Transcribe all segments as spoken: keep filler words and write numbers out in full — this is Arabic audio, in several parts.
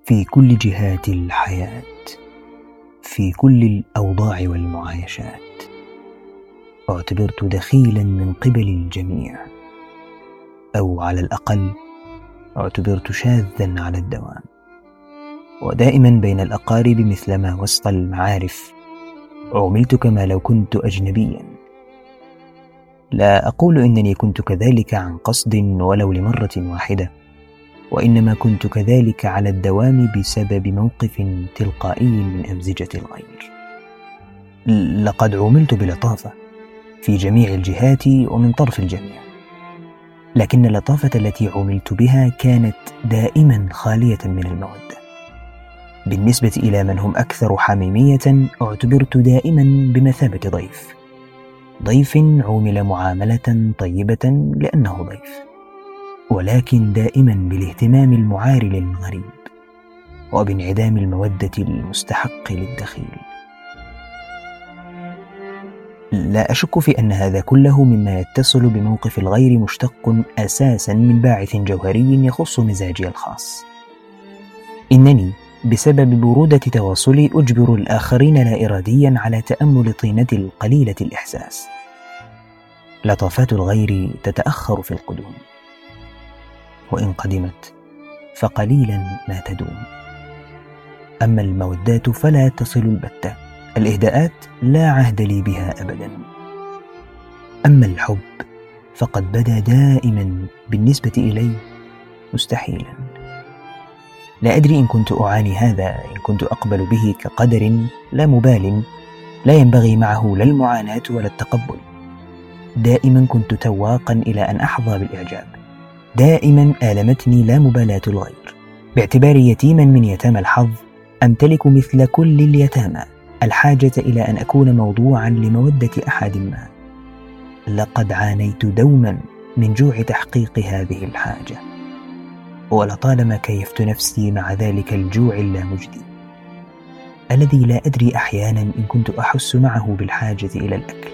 في كل جهات الحياة، في كل الأوضاع والمعايشات. اعتبرت دخيلا من قبل الجميع، أو على الأقل اعتبرت شاذا على الدوام. ودائما بين الأقارب مثلما وسط المعارف عملت كما لو كنت أجنبيا. لا أقول إنني كنت كذلك عن قصد ولو لمرة واحدة، وإنما كنت كذلك على الدوام بسبب موقف تلقائي من أمزجة الغير. لقد عملت بلطافة في جميع الجهات ومن طرف الجميع، لكن اللطافة التي عملت بها كانت دائما خالية من المودة. بالنسبة إلى من هم أكثر حميمية اعتبرت دائما بمثابة ضيف، ضيف عُمل معاملة طيبة لأنه ضيف، ولكن دائما بالاهتمام المعار للغريب وبانعدام المودة المستحق للدخيل. لا أشك في أن هذا كله مما يتصل بموقف الغير مشتق أساسا من باعث جوهري يخص مزاجي الخاص. إنني بسبب برودة تواصلي أجبر الآخرين لا إراديا على تأمل طينتي القليلة الإحساس. لطافات الغير تتأخر في القدوم، وإن قدمت فقليلا ما تدوم. أما المودات فلا تصل البتة، الإهداءات لا عهد لي بها أبدا. أما الحب فقد بدا دائما بالنسبة إلي مستحيلا. لا أدري إن كنت أعاني هذا، إن كنت أقبل به كقدر لا مبال لا ينبغي معه لا المعاناة ولا التقبل. دائما كنت تواقا إلى أن أحظى بالإعجاب، دائما آلمتني لا مبالاة الغير. باعتباري يتيما من يتامى الحظ أمتلك مثل كل اليتامى الحاجة إلى أن أكون موضوعا لمودة أحد ما. لقد عانيت دوما من جوع تحقيق هذه الحاجة، ولطالما كيفت نفسي مع ذلك الجوع اللامجدي الذي لا أدري أحيانا إن كنت أحس معه بالحاجة إلى الأكل.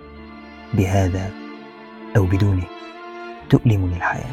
بهذا أو بدونه تؤلمني الحياة.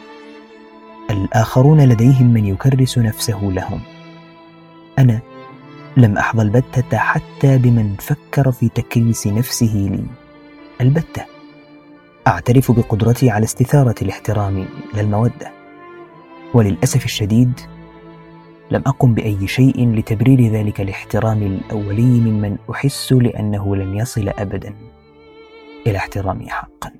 الآخرون لديهم من يكرس نفسه لهم، أنا لم أحظى البتة حتى بمن فكر في تكريس نفسه لي البتة. أعترف بقدرتي على استثارة الاحترام للمودة، وللأسف الشديد لم أقم بأي شيء لتبرير ذلك الاحترام الأولي ممن أحس لأنه لن يصل أبدا إلى احترامي حقا.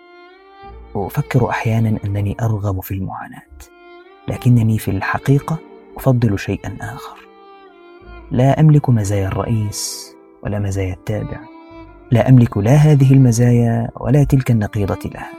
أفكر أحيانا أنني أرغب في المعاناة، لكنني في الحقيقة أفضل شيئا آخر. لا أملك مزايا الرئيس ولا مزايا التابع، لا أملك لا هذه المزايا ولا تلك النقيضة لها.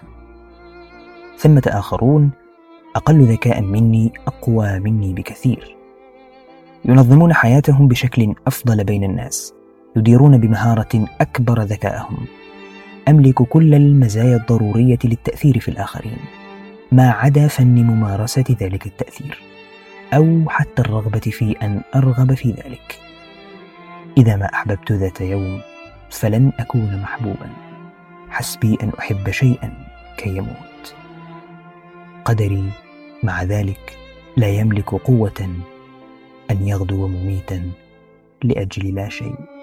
ثمة آخرون أقل ذكاء مني، أقوى مني بكثير، ينظمون حياتهم بشكل أفضل بين الناس، يديرون بمهارة أكبر ذكاءهم. أملك كل المزايا الضرورية للتأثير في الآخرين، ما عدا فن ممارسة ذلك التأثير، أو حتى الرغبة في أن أرغب في ذلك. إذا ما أحببت ذات يوم فلن أكون محبوبا، حسبي أن أحب شيئا كي يموت. قدري مع ذلك لا يملك قوة أن يغدو مميتا لأجل لا شيء.